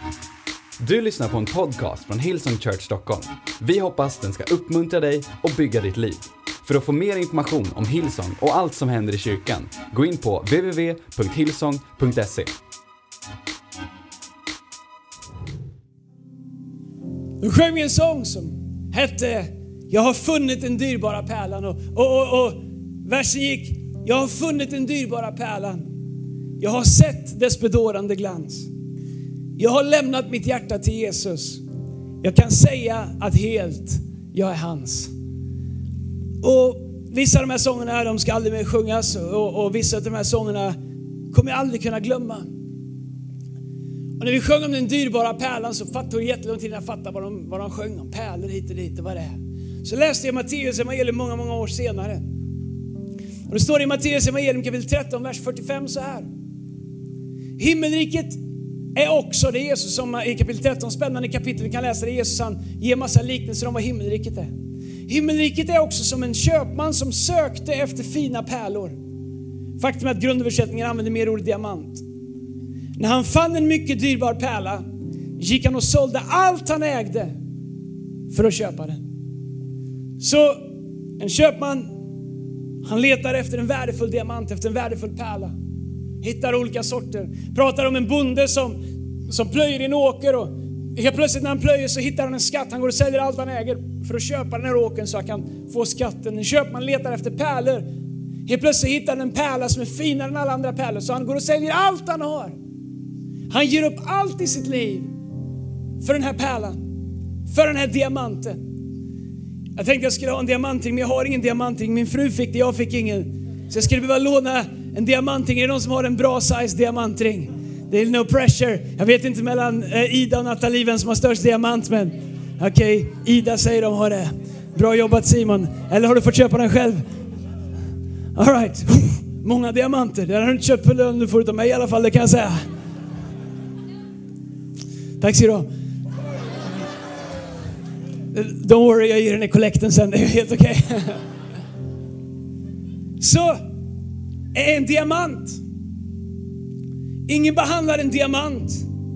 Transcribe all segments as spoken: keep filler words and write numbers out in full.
Du lyssnar på en podcast från Hillsong Church Stockholm. Vi hoppas den ska uppmuntra dig och bygga ditt liv. För att få mer information om Hillsong och allt som händer i kyrkan, gå in på w w w punkt hillsong punkt se. Då sjöng vi en sång som hette Jag har funnit den dyrbara pärlan. Och, och, och, och versen gick: Jag har funnit den dyrbara pärlan. Jag har sett dess bedårande glans. Jag har lämnat mitt hjärta till Jesus. Jag kan säga att helt jag är hans. Och vissa av de här sångerna, de ska aldrig mer sjungas. Och, och vissa av de här sångerna kommer jag aldrig kunna glömma. Och när vi sjöng om den dyrbara pärlan så fattade det jättelång tid att fatta vad de, vad de sjöng om. Pärlor hit och dit och vad det är. Så läste jag Matteus evangelium många, många år senare. Och det står i Matteus evangelium kapitel tretton, vers fyrtiofem så här. Himmelriket är också, det är Jesus som i kapitel tretton, spännande kapitel, vi kan läsa det. Jesus han ger massa liknelser om vad himmelriket är. Himmelriket är också som en köpman som sökte efter fina pärlor. Faktum är att grundöversättningen använder mer ordet diamant. När han fann en mycket dyrbar pärla gick han och sålde allt han ägde för att köpa den. Så en köpman, han letar efter en värdefull diamant, efter en värdefull pärla. Hittar olika sorter. Pratar om en bonde som, som plöjer i en åker. Och helt plötsligt när han plöjer så hittar han en skatt. Han går och säljer allt han äger för att köpa den här åkern så han kan få skatten. En köpman letar efter pärlor. Helt plötsligt hittar han en pärla som är finare än alla andra pärlor. Så han går och säljer allt han har. Han ger upp allt i sitt liv för den här pärlan. För den här diamanten. Jag tänkte jag skulle ha en diamantring, men jag har ingen diamantring. Min fru fick det, jag fick ingen. Så jag skulle behöva låna en diamantring. Är det någon som har en bra size diamantring? Det är no pressure. Jag vet inte mellan Ida och Nathalie vem som har störst diamant, men okej, okay, Ida säger de har det. Bra jobbat Simon. Eller har du fått köpa den själv? All right. Många diamanter. Det har du inte köpt på lön, du får utav mig i alla fall, det kan jag säga. Tack så du. Don't worry, jag ger den i kollekten sen. Det är helt okej. Okay. Så är en diamant. Ingen behandlar en diamant,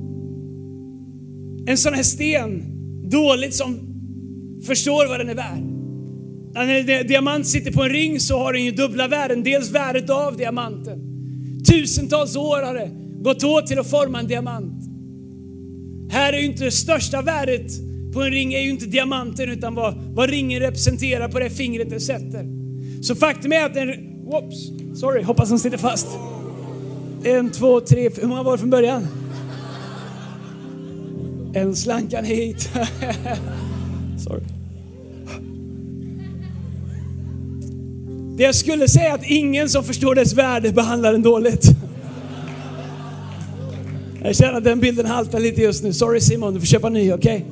en sån här sten, dåligt som förstår vad den är värd. När en diamant sitter på en ring så har den ju dubbla värden. Dels värdet av diamanten. Tusentals år har det gått åt till att forma en diamant. Här är ju inte det största värdet på en ring är ju inte diamanten, utan vad, vad ringen representerar på det fingret det sätter. Så faktum är att den... Whoops, sorry, hoppas den sitter fast. En, två, tre, hur många var det från början? En slankan hit. Sorry. Det jag skulle säga är att ingen som förstår dess värde behandlar den dåligt. Jag känner att den bilden haltar lite just nu. Sorry Simon, du får köpa ny, okej? Okay?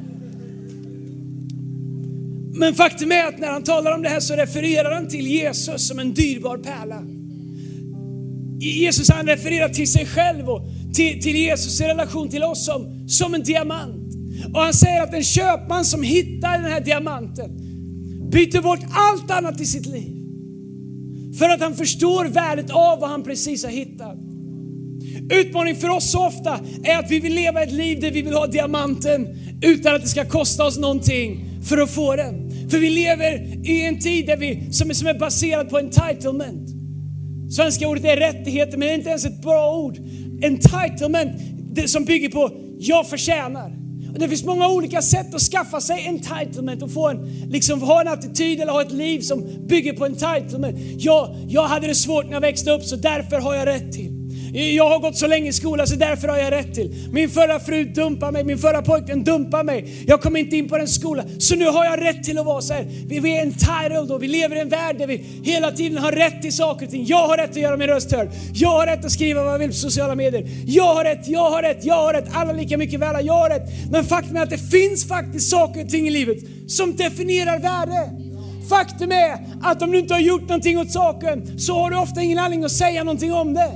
Men faktum är att när han talar om det här så refererar han till Jesus som en dyrbar pärla. Jesus han refererar till sig själv och till, till Jesus i relation till oss som, som en diamant. Och han säger att en köpman som hittar den här diamanten byter bort allt annat i sitt liv. För att han förstår värdet av vad han precis har hittat. Utmaning för oss så ofta är att vi vill leva ett liv där vi vill ha diamanten utan att det ska kosta oss någonting för att få den. För vi lever i en tid där vi, som, är, som är baserad på entitlement. Svenska ordet är rättigheter, men det är inte ens ett bra ord. Entitlement, det som bygger på jag förtjänar. Och det finns många olika sätt att skaffa sig entitlement och få en, liksom, ha en attityd eller ha ett liv som bygger på entitlement. Jag, jag hade det svårt när jag växte upp, så därför har jag rätt till. Jag har gått så länge i skolan så därför har jag rätt till. Min förra fru dumpar mig, min förra pojken dumpar mig. Jag kom inte in på den skolan, så nu har jag rätt till att vara så här. Vi, vi är entitled och vi lever i en värld där vi hela tiden har rätt till saker och ting. Jag har rätt att göra min röst hörd. Jag har rätt att skriva vad jag vill på sociala medier. Jag har rätt, jag har rätt, jag har rätt. Alla lika mycket värda, jag har rätt. Men faktum är att det finns faktiskt saker och ting i livet som definierar värde. Faktum är att om du inte har gjort någonting åt saken så har du ofta ingen anledning att säga någonting om det.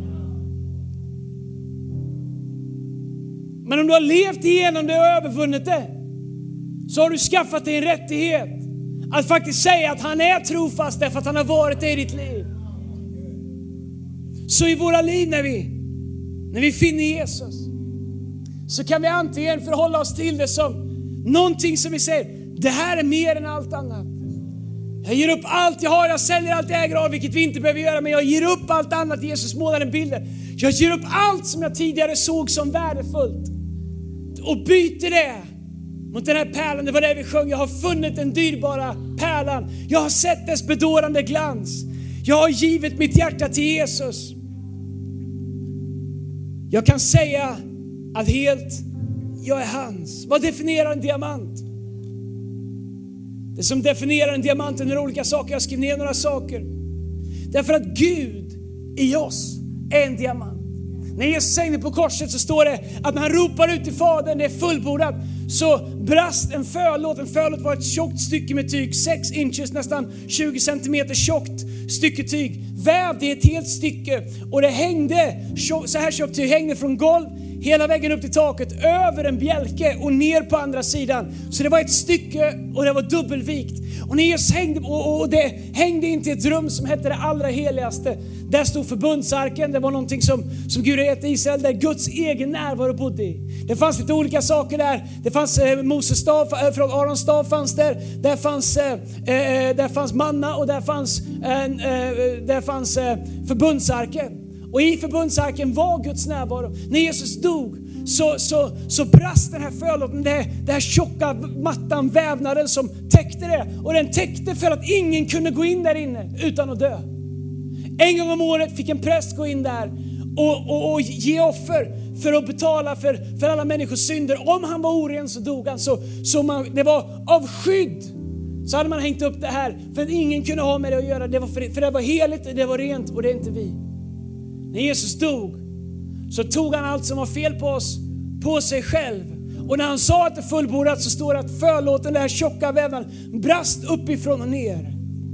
Men om du har levt igenom det och övervunnit det, så har du skaffat dig en rättighet att faktiskt säga att han är trofast därför att han har varit det i ditt liv. Så i våra liv när vi, när vi finner Jesus, så kan vi antingen förhålla oss till det som någonting som vi säger, det här är mer än allt annat. Jag ger upp allt jag har, jag säljer allt jag äger av, vilket vi inte behöver göra, men jag ger upp allt annat. Jesus målar en bild. Jag ger upp allt som jag tidigare såg som värdefullt och byter det mot den här pärlan. Det var det vi sjöng. Jag har funnit den dyrbara pärlan. Jag har sett dess bedårande glans. Jag har givit mitt hjärta till Jesus. Jag kan säga att helt jag är hans. Vad definierar en diamant? Det som definierar en diamant är olika saker. Jag skriver ner några saker. Därför att Gud i oss är en diamant. När Jesus hängde på korset så står det att när han ropar ut till Fadern, det är fullbordat, så brast en förlåt. En förlåt var ett tjockt stycke med tyg, sex inches, nästan tjugo centimeter tjockt stycke tyg. Vävd i ett helt stycke, och det hängde, så här tjockt tyg hängde från golv hela vägen upp till taket, över en bjälke och ner på andra sidan. Så det var ett stycke och det var dubbelvikt. Och när Jesus hängde, och, och det hängde inte i ett rum som hette det allra heligaste. Där stod förbundsarken. Det var någonting som, som Gud har gett Israel, där Guds egen närvaro bodde i. Det fanns lite olika saker där. Det fanns eh, Moses stav, eh, från Arons stav fanns där. Där fanns, eh, eh, där fanns manna, och där fanns, eh, eh, där fanns eh, förbundsarken. Och i förbundsarken var Guds närvaro. När Jesus dog så, så, så brast den här förlåten, det här, det här tjocka mattan, vävnaden som täckte det. Och den täckte för att ingen kunde gå in där inne utan att dö. En gång om året fick en präst gå in där och, och, och ge offer för att betala för, för alla människors synder. Om han var oren så dog han. Så, så man, det var av skydd. Så hade man hängt upp det här för att ingen kunde ha med det att göra. Det var för, för det var heligt, det var rent, och det är inte vi. När Jesus dog så tog han allt som var fel på oss på sig själv. Och när han sa att det fullbordat så står det att förlåten, den här tjocka vävnaden, brast uppifrån och ner.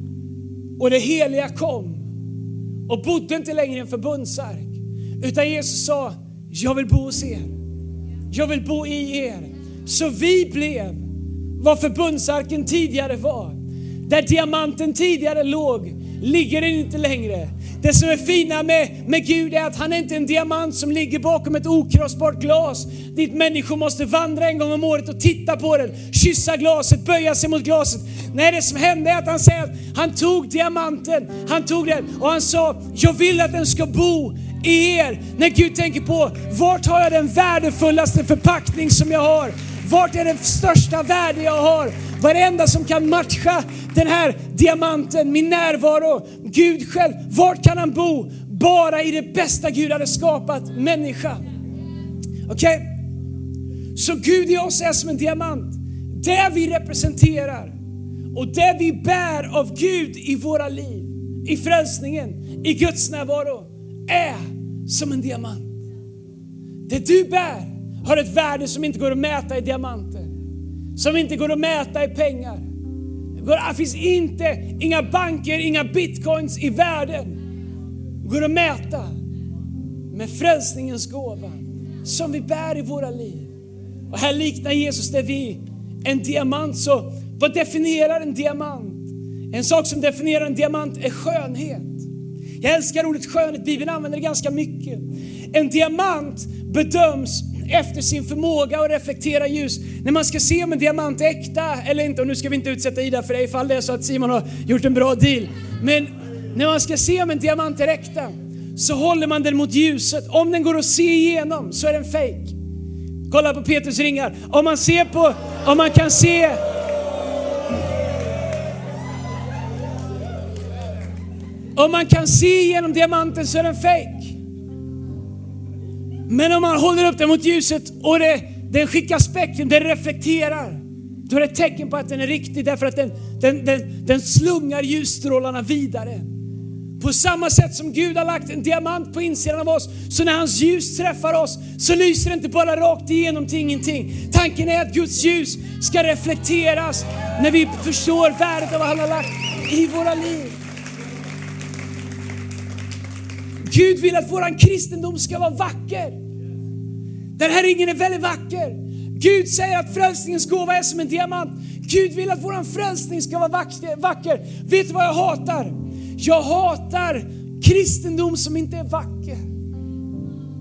Och det heliga kom och bodde inte längre i en förbundsark. Utan Jesus sa, jag vill bo hos er. Jag vill bo i er. Så vi blev vad förbundsarken tidigare var. Där diamanten tidigare låg, ligger den inte längre. Det som är fina med, med Gud är att han är inte en diamant som ligger bakom ett okrossbart glas. Dit människor måste vandra en gång om året och titta på den. Kyssa glaset, böja sig mot glaset. Nej, det som hände är att han säger att han tog diamanten. Han tog den och han sa, jag vill att den ska bo i er. När Gud tänker på, vart har jag den värdefullaste förpackning som jag har? Vart är det största värde jag har? Varenda som kan matcha den här diamanten, min närvaro, Gud själv. Vart kan han bo? Bara i det bästa Gud hade skapat, människan. Okej? Okay? Så Gud i oss är som en diamant. Det vi representerar och det vi bär av Gud i våra liv, i frälsningen, i Guds närvaro, är som en diamant. Det du bär har ett värde som inte går att mäta i diamanter. Som inte går att mäta i pengar. Det finns inte, inga banker, inga bitcoins i världen. Det går att mäta med frälsningens gåva som vi bär i våra liv. Och här liknar Jesus det vi en diamant. Så vad definierar en diamant? En sak som definierar en diamant är skönhet. Jag älskar ordet skönhet. Bibeln använder det ganska mycket. En diamant bedöms efter sin förmåga att reflektera ljus. När man ska se om en diamant är äkta eller inte. Och nu ska vi inte utsätta Ida för det ifall det är så att Simon har gjort en bra deal. Men när man ska se om en diamant är äkta så håller man den mot ljuset. Om den går att se igenom så är den fake. Kolla på Petrus ringar. Om man ser på, om man kan se... Om man kan se igenom diamanten så är den fake. Men om man håller upp den mot ljuset och det, den skickar spektrum, den reflekterar, då är det ett tecken på att den är riktig, därför att den, den, den, den slungar ljusstrålarna vidare. På samma sätt som Gud har lagt en diamant på insidan av oss, så när hans ljus träffar oss så lyser det inte bara rakt igenom till ingenting. Tanken är att Guds ljus ska reflekteras när vi förstår värdet av vad han har lagt i våra liv. Gud vill att våran kristendom ska vara vacker. Den här ringen är väldigt vacker. Gud säger att frälsningens gåva är som en diamant. Gud vill att våran frälsning ska vara vacker. Vet du vad jag hatar? Jag hatar kristendom som inte är vacker.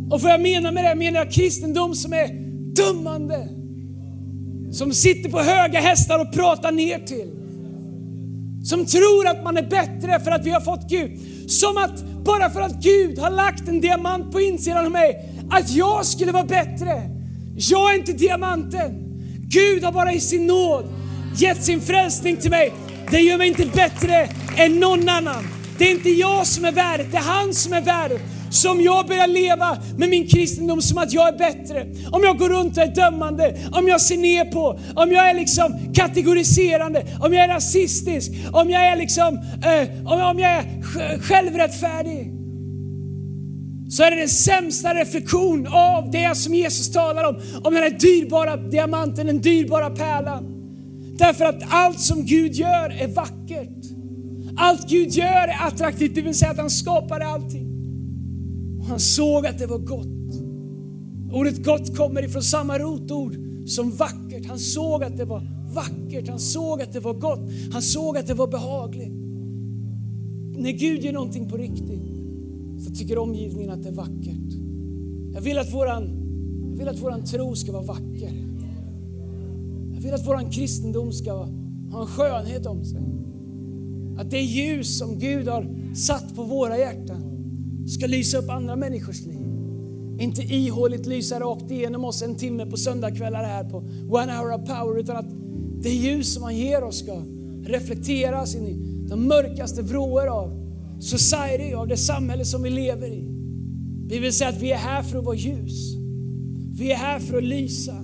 Och vad jag menar med det, menar jag kristendom som är dömande. Som sitter på höga hästar och pratar ner till. Som tror att man är bättre för att vi har fått Gud. Som att bara för att Gud har lagt en diamant på insidan av mig, att jag skulle vara bättre. Jag är inte diamanten. Gud har bara i sin nåd gett sin frälsning till mig. Det gör mig inte bättre än någon annan. Det är inte jag som är värdet, det är han som är värdet. Som jag börjar leva med min kristendom som att jag är bättre. Om jag går runt och är dömande, om jag ser ner på, om jag är liksom kategoriserande, om jag är rasistisk, om jag är liksom eh, om, om jag är självrättfärdig. Så är det den sämsta reflektion av det som Jesus talar om. Om den här dyrbara diamanten, den dyrbara pärlan. Därför att allt som Gud gör är vackert. Allt Gud gör är attraktivt, det vill säga att han skapade allting. Och han såg att det var gott. Ordet gott kommer ifrån samma rotord som vackert. Han såg att det var vackert, han såg att det var gott. Han såg att det var behagligt. När Gud gör någonting på riktigt så tycker omgivningen att det är vackert. Jag vill att våran, jag vill att våran tro ska vara vacker. Jag vill att våran kristendom ska ha en skönhet om sig. Att det ljus som Gud har satt på våra hjärtan ska lysa upp andra människors liv. Inte ihåligt lysa rakt igenom oss en timme på söndagskvällar här på One Hour of Power. Utan att det ljus som han ger oss ska reflekteras in i de mörkaste vrår av society, av det samhälle som vi lever i. Vi vill säga att vi är här för att vara ljus. Vi är här för att lysa.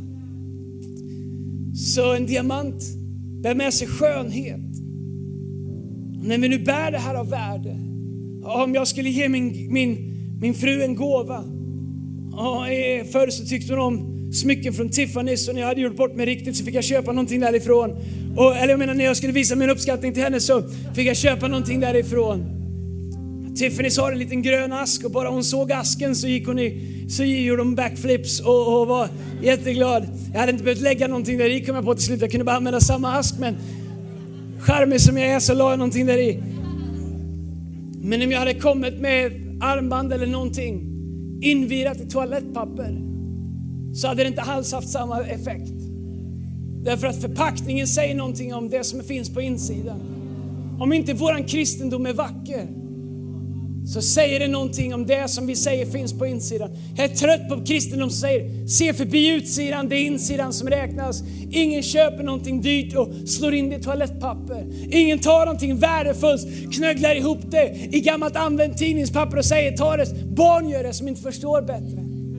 Så en diamant bär med sig skönhet. När vi nu bär det här av värde. Om jag skulle ge min, min, min fru en gåva. Ja, förr så tyckte hon om smycken från Tiffany's. Och när jag hade gjort bort mig riktigt så fick jag köpa någonting därifrån. Och, eller jag menar när jag skulle visa min uppskattning till henne så fick jag köpa någonting därifrån. Tiffany's har en liten grön ask. Och bara hon såg asken så gick hon i, så gjorde hon backflips och, och var jätteglad. Jag hade inte behövt lägga någonting där i, kom jag på till slut. Jag kunde bara använda samma ask, men charmig som jag är så la jag någonting där i. Men om jag hade kommit med armband eller någonting invirat i toalettpapper så hade det inte alls haft samma effekt. Därför att förpackningen säger någonting om det som finns på insidan. Om inte våran kristendom är vacker så säger det någonting om det som vi säger finns på insidan. Jag är trött på kristendom som säger se förbi utsidan, det är insidan som räknas. Ingen köper någonting dyrt och slår in det i toalettpapper. Ingen tar någonting värdefullt, knögglar ihop det i gammalt använt tidningspapper och säger ta det. Barn gör det som inte förstår bättre.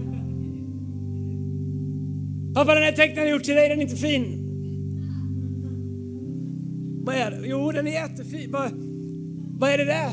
Pappa, den här tecknen jag gjort till dig, den är inte fin. Vad är det? Jo, den är jättefin. Vad, vad är det där?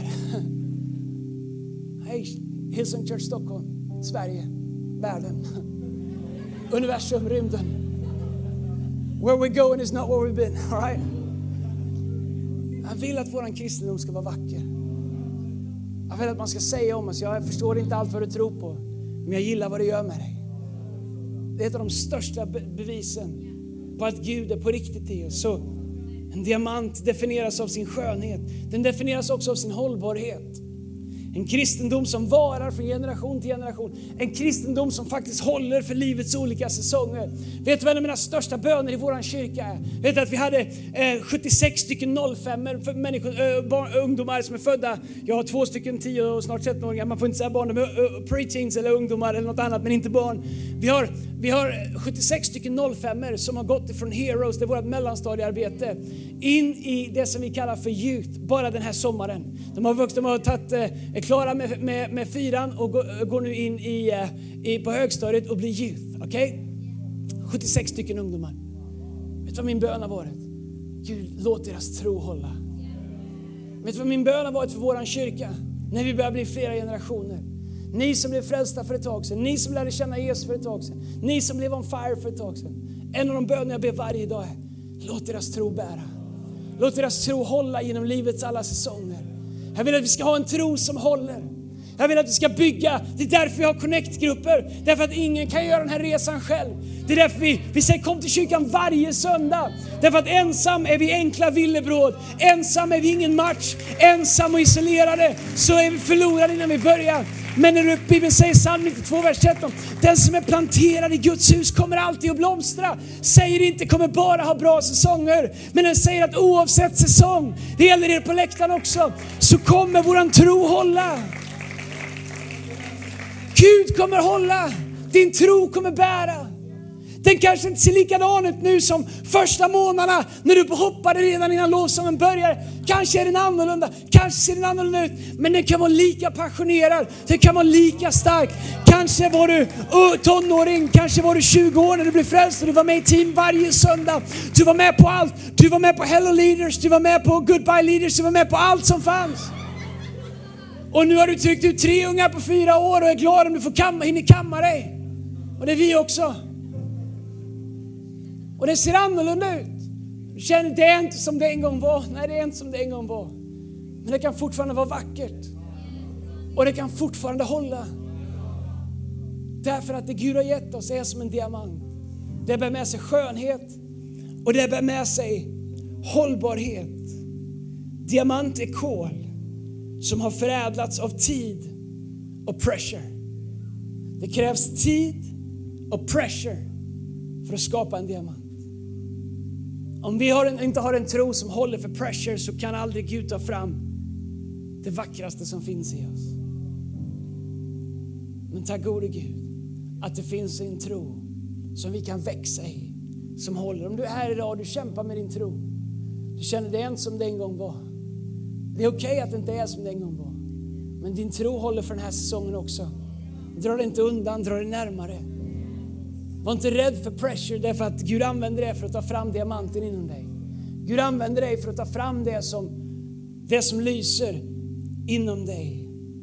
Hej, Hillsong Church Stockholm, Sverige, världen, universum, rymden. Where we're going is not where we've been, all right? Jag vill att våran kristendom ska vara vacker. Jag vill att man ska säga om oss, jag förstår inte allt vad du tror på, men jag gillar vad det gör med dig. Det är ett av de största bevisen på att Gud är på riktigt i oss. Så en diamant definieras av sin skönhet. Den definieras också av sin hållbarhet. En kristendom som varar från generation till generation. En kristendom som faktiskt håller för livets olika säsonger. Vet du vad en av mina största böner i våran kyrka är? Vet du att vi hade eh, sjuttiosex stycken noll fem för människor, äh, barn, ungdomar som är födda. Jag har två stycken tio och snart tretton-åringar. Man får inte säga barn, de är uh, preteens eller ungdomar eller något annat, men inte barn. Vi har, vi har sjuttiosex stycken noll fem som har gått ifrån Heroes, det är vårt mellanstadiearbete, in i det som vi kallar för youth, bara den här sommaren. De har vuxit, de har tagit, är klara med, med, med fyran och går, går nu in i, i, på högstadiet och blir youth. Okej? Okay? sjuttiosex stycken ungdomar. Vet du vad min bön har varit? Gud, låt deras tro hålla. Vet du vad min bön har varit för våran kyrka? När vi börjar bli flera generationer. Ni som blev frälsta för ett tag sedan. Ni som lärde känna Jesus för ett tag sedan. Ni som blev on fire för ett tag sedan. En av de böner jag ber varje dag är: låt deras tro bära. Låt deras tro hålla genom livets alla säsonger. Jag vill att vi ska ha en tro som håller. Jag vill att vi ska bygga. Det är därför vi har connect-grupper. Därför att ingen kan göra den här resan själv. Det är därför vi, vi säger kom till kyrkan varje söndag. Därför att ensam är vi enkla villebråd. Ensam är vi ingen match. Ensam och isolerade så är vi förlorade innan vi börjar. Men när du, Bibeln säger psalm nittiotvå, vers tretton, den som är planterad i Guds hus kommer alltid att blomstra. Säger inte kommer bara ha bra säsonger, men den säger att oavsett säsong, det gäller er på läktaren också, så kommer våran tro hålla. Gud kommer hålla. Din tro kommer bära. Den kanske inte ser likadan ut nu som första månaderna när du hoppade redan innan lovsången började. Kanske är den annorlunda, kanske ser den annorlunda ut, men den kan vara lika passionerad, den kan vara lika stark. Kanske var du tonåring, kanske var du tjugo år när du blev frälst och du var med i team varje söndag. Du var med på allt, du var med på Hello Leaders, du var med på Goodbye Leaders, du var med på allt som fanns. Och nu har du tryckt ut tre ungar på fyra år och är glad om du får kamma, hinner kamma dig. Och det är vi också. Och det ser annorlunda ut. Du känner, det är inte som det en gång var. Nej, det är inte som det en gång var. Men det kan fortfarande vara vackert. Och det kan fortfarande hålla. Därför att det Gud har gett oss är som en diamant. Det bär med sig skönhet. Och det bär med sig hållbarhet. Diamant är kol som har förädlats av tid och pressure. Det krävs tid och pressure för att skapa en diamant. Om vi har en, inte har en tro som håller för pressure, så kan aldrig Gud ta fram det vackraste som finns i oss. Men tack gode Gud att det finns en tro som vi kan växa i, som håller. Om du är här idag och du kämpar med din tro, du känner det är inte som det en gång var. Det är okej okay att det inte är som det en gång var. Men din tro håller för den här säsongen också. Dra dig inte undan, dra dig närmare. Var inte rädd för pressure, därför att Gud använder det för att ta fram diamanten inom dig. Gud använder dig för att ta fram det som, det som lyser inom dig.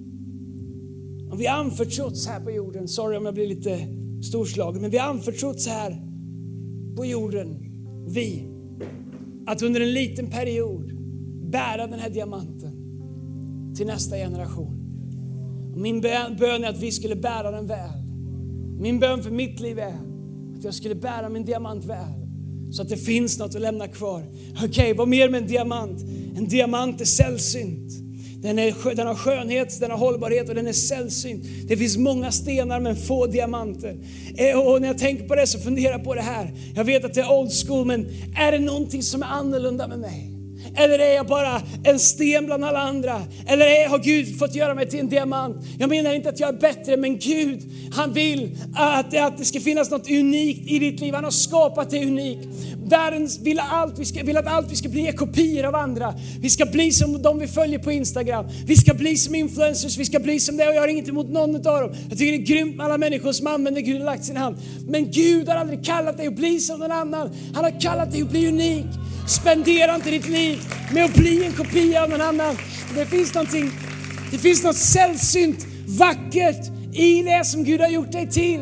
Och vi har anförtrotts här på jorden, sorry om jag blir lite storslagen, men vi har anförtrotts här på jorden, vi, att under en liten period bära den här diamanten till nästa generation. Och min bön är att vi skulle bära den väl. Min bön för mitt liv är att jag skulle bära min diamant väl, så att det finns något att lämna kvar. Okej, okay, vad mer med en diamant? En diamant är sällsynt. Den, är, den har skönhet, den har hållbarhet och den är sällsynt. Det finns många stenar men få diamanter. Och när jag tänker på det så funderar jag på det här. Jag vet att det är old school, men är det någonting som är annorlunda med mig? Eller är jag bara en sten bland alla andra? Eller är, har Gud fått göra mig till en diamant? Jag menar inte att jag är bättre, men Gud, han vill att det, att det ska finnas något unikt i ditt liv. Han har skapat det unikt. Världen vill, allt, vi ska, vill att allt vi ska bli är kopior av andra. Vi ska bli som de vi följer på Instagram. Vi ska bli som influencers. Vi ska bli som det, och jag har inget emot någon av dem. Jag tycker det är grymt med alla människor som använder Gud och lagt sin hand. Men Gud har aldrig kallat dig att bli som någon annan. Han har kallat dig att bli unik. Spendera inte ditt liv med att bli en kopia av någon annan. Det finns någonting, det finns något sällsynt vackert i det som Gud har gjort dig till.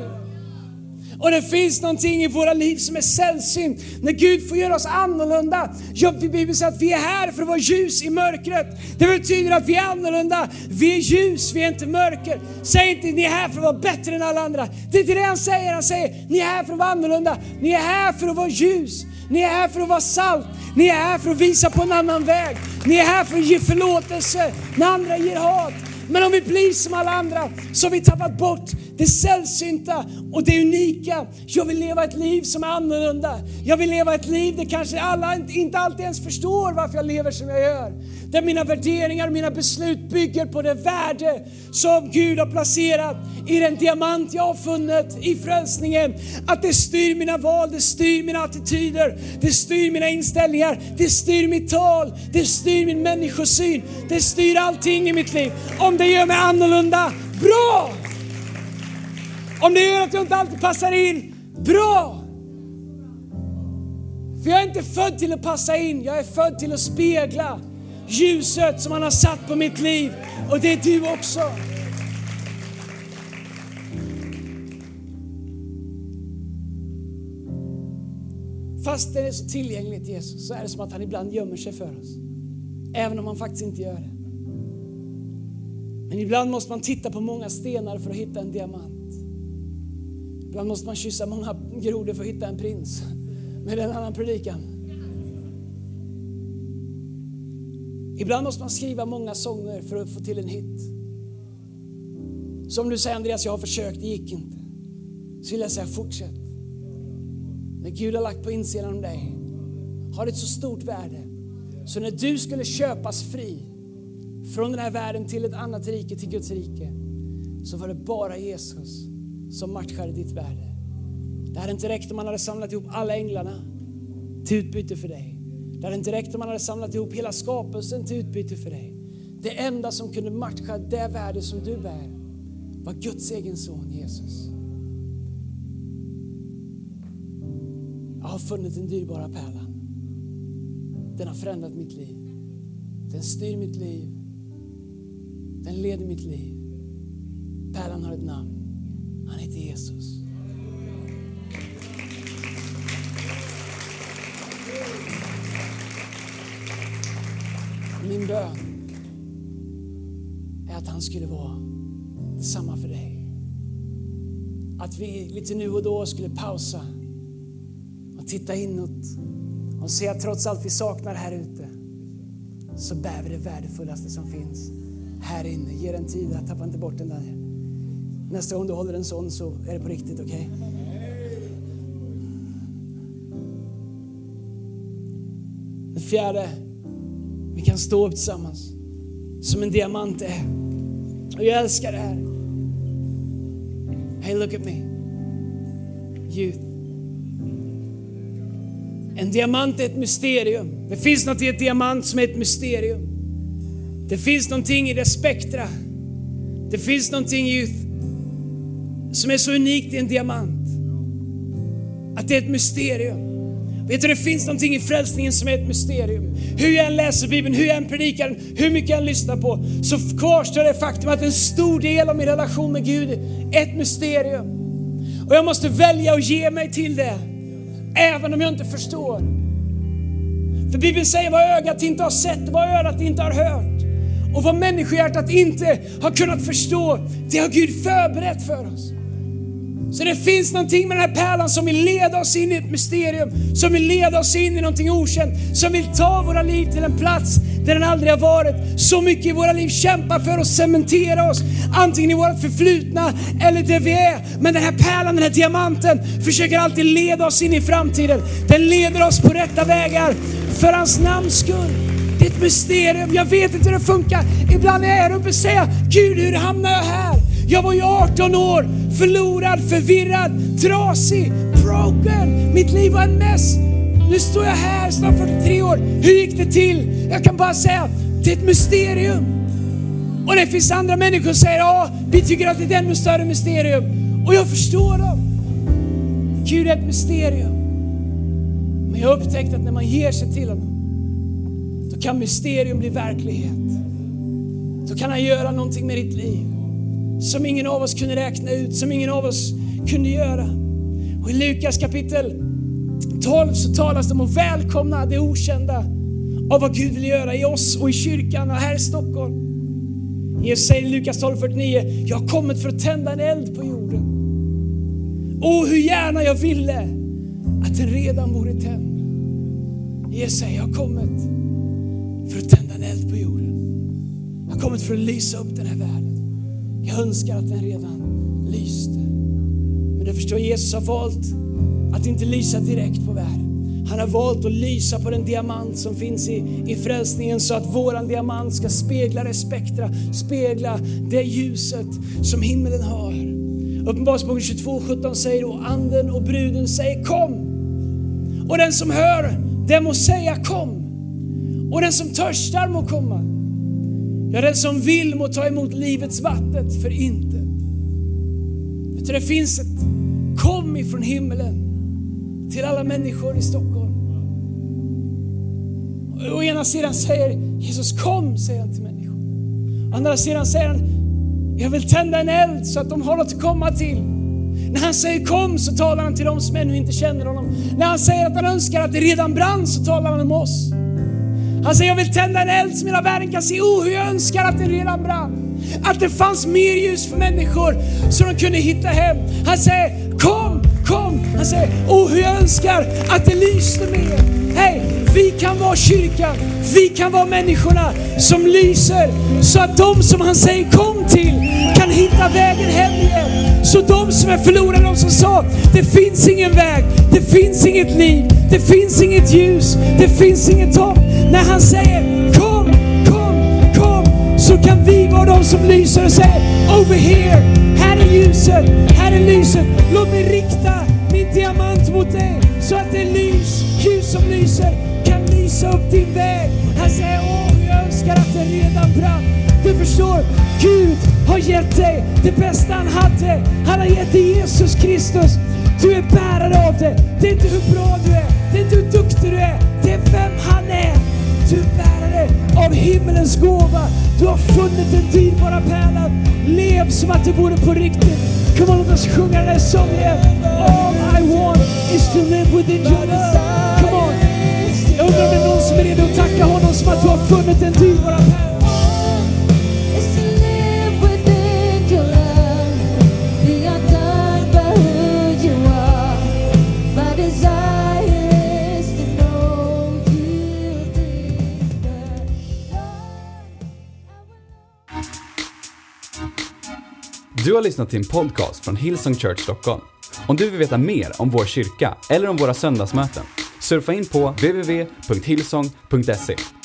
Och det finns någonting i våra liv som är sällsynt. När Gud får göra oss annorlunda. Jag, Bibeln säger att vi är här för att vara ljus i mörkret. Det betyder att vi är annorlunda. Vi är ljus, vi är inte mörker. Säg inte ni är här för att vara bättre än alla andra. Det är det han säger. Han säger ni är här för att vara annorlunda. Ni är här för att vara ljus. Ni är här för att vara salt. Ni är här för att visa på en annan väg. Ni är här för att ge förlåtelse när andra ger hat. Men om vi blir som alla andra så har vi tappat bort det sällsynta och det unika. Jag vill leva ett liv som är annorlunda. Jag vill leva ett liv där kanske alla inte alltid ens förstår varför jag lever som jag gör. Där mina värderingar och mina beslut bygger på det värde som Gud har placerat i den diamant jag har funnit i frälsningen. Att det styr mina val, det styr mina attityder, det styr mina inställningar, det styr mitt tal, det styr min människosyn, det styr allting i mitt liv. Om det gör mig annorlunda, bra! Om det gör att jag inte alltid passar in, bra! För jag är inte född till att passa in, jag är född till att spegla ljuset som han har satt på mitt liv. Och det är du också. Fast det är så tillgängligt Jesus, så är det som att han ibland gömmer sig för oss. Även om han faktiskt inte gör det. Men ibland måste man titta på många stenar för att hitta en diamant. Ibland måste man kyssa många grodor för att hitta en prins. Med en annan predikan. Ibland måste man skriva många sånger för att få till en hit. Så om du säger Andreas, jag har försökt, det gick inte. Så vill jag säga fortsätt. När Gud har lagt på insidan om dig har det ett så stort värde. Så när du skulle köpas fri från den här världen till ett annat rike, till Guds rike, så var det bara Jesus som matchade ditt värde. Det hade inte räckt om man hade samlat ihop alla änglarna till utbyte för dig. Det hade inte räckt om man hade samlat ihop hela skapelsen till utbyte för dig. Det enda som kunde matcha det värde som du bär var Guds egen son Jesus. Jag har funnit den dyrbara pärlan. Den har förändrat mitt liv. Den styr mitt liv. Den leder mitt liv. Pärlan har ett namn. Han heter Jesus. Min bön är att han skulle vara detsamma för dig. Att vi lite nu och då skulle pausa och titta inåt och se att trots allt vi saknar här ute så bär vi det värdefullaste som finns här inne. Ge den tid, att tappa inte bort den där. Nästa gång du håller en sån så är det på riktigt, okej? Okay? Det fjärde, vi kan stå upp tillsammans som en diamant är. Och jag älskar det här. Hey, look at me. Youth. En diamant är ett mysterium. Det finns något i ett diamant som är ett mysterium. Det finns någonting i det spektra. Det finns någonting, youth, som är så unikt i en diamant. Att det är ett mysterium. Vet du, det finns någonting i frälsningen som är ett mysterium. Hur jag än läser Bibeln, hur jag än predikar den, hur mycket jag än lyssnar på, så kvarstår det faktum att en stor del av min relation med Gud är ett mysterium. Och jag måste välja att ge mig till det, även om jag inte förstår. För Bibeln säger vad ögat inte har sett, vad örat inte har hört, och vad människohjärtat inte har kunnat förstå, det har Gud förberett för oss. Så det finns någonting med den här pärlan som vill leda oss in i ett mysterium, som vill leda oss in i någonting okänt, som vill ta våra liv till en plats där den aldrig har varit. Så mycket i våra liv kämpar för att cementera oss, antingen i vårt förflutna eller det vi är. Men den här pärlan, den här diamanten, försöker alltid leda oss in i framtiden. Den leder oss på rätta vägar för hans namns skull. Det är ett mysterium. Jag vet inte hur det funkar. Ibland är jag här uppe och säger, Gud, hur hamnar jag här? Jag var ju arton år, förlorad, förvirrad, trasig, broken. Mitt liv var en mess. Nu står jag här, snart fyrtiotre år. Hur gick det till? Jag kan bara säga, det är ett mysterium. Och det finns andra människor som säger, ja, vi tycker att det är ett ännu större mysterium. Och jag förstår dem. Gud är ett mysterium. Men jag har upptäckt att när man ger sig till honom, då kan mysterium bli verklighet. Då kan han göra någonting med ditt liv som ingen av oss kunde räkna ut, som ingen av oss kunde göra. Och i Lukas kapitel tolv så talas det om att välkomna det okända av vad Gud vill göra i oss och i kyrkan och här i Stockholm. Jesus säger i Lukas tolv fyrtionio, jag har kommit för att tända en eld på jorden. Och hur gärna jag ville att den redan vore tänd. Jesus säger, jag har kommit för att tända en eld på jorden. Jag har kommit för att lysa upp den här världen. Jag önskar att den redan lyste. Men du förstår, Jesus har valt att inte lysa direkt på världen. Han har valt att lysa på den diamant som finns i, i frälsningen, så att våran diamant ska spegla det spektra, spegla det ljuset som himlen har. Uppenbarelseboken tjugotvå sjutton säger, och anden och bruden säger kom. Och den som hör, den må säga kom. Och den som törstar må komma. Ja, den som vill må ta emot livets vatten för inte. Vet du, det finns ett kom ifrån himlen till alla människor i Stockholm. Och å ena sidan säger Jesus kom, säger han till människor. Å andra sidan säger han, jag vill tända en eld så att de har något att komma till. När han säger kom så talar han till dem som ännu inte känner honom. När han säger att han önskar att det redan brann så talar han om oss. Han säger, jag vill tända en eld som hela världen kan se. Oh, hur jag önskar att det redan brann. Att det fanns mer ljus för människor så de kunde hitta hem. Han säger, kom, kom. Han säger, oh, hur jag önskar att det lyste mer. Hej, vi kan vara kyrkan. Vi kan vara människorna som lyser. Så att de som han säger kom till kan hitta vägen hem igen. Så de som är förlorade, de som sa det finns ingen väg, det finns inget liv, det finns inget ljus, det finns inget hopp. När han säger kom, kom, kom, så kan vi vara de som lyser och säger over here, här är ljuset, här är lyset. Låt mig rikta min diamant mot dig så att det lys, ljus som lyser kan lysa upp din väg. Han säger åh, jag önskar att det redan brann. Du förstår, Gud har gett dig det bästa han hade. Han har gett dig Jesus Kristus. Du är bärare av det. Det är inte hur bra du är, det är inte hur duktig du är, det är vem han är. Du är bärare av himmelens gåva. Du har funnit den dyrbara pärlan. Lev som att det vore på riktigt. Kom on, låt oss sjunga den här sången. All I want is to live within your love. Come on. Jag undrar om det är någon som är redo att tacka honom som att du har funnit den dyrbara pärlan. Du har lyssnat till en podcast från Hillsong Church Stockholm. Om du vill veta mer om vår kyrka eller om våra söndagsmöten, surfa in på w w w punkt hillsong punkt se.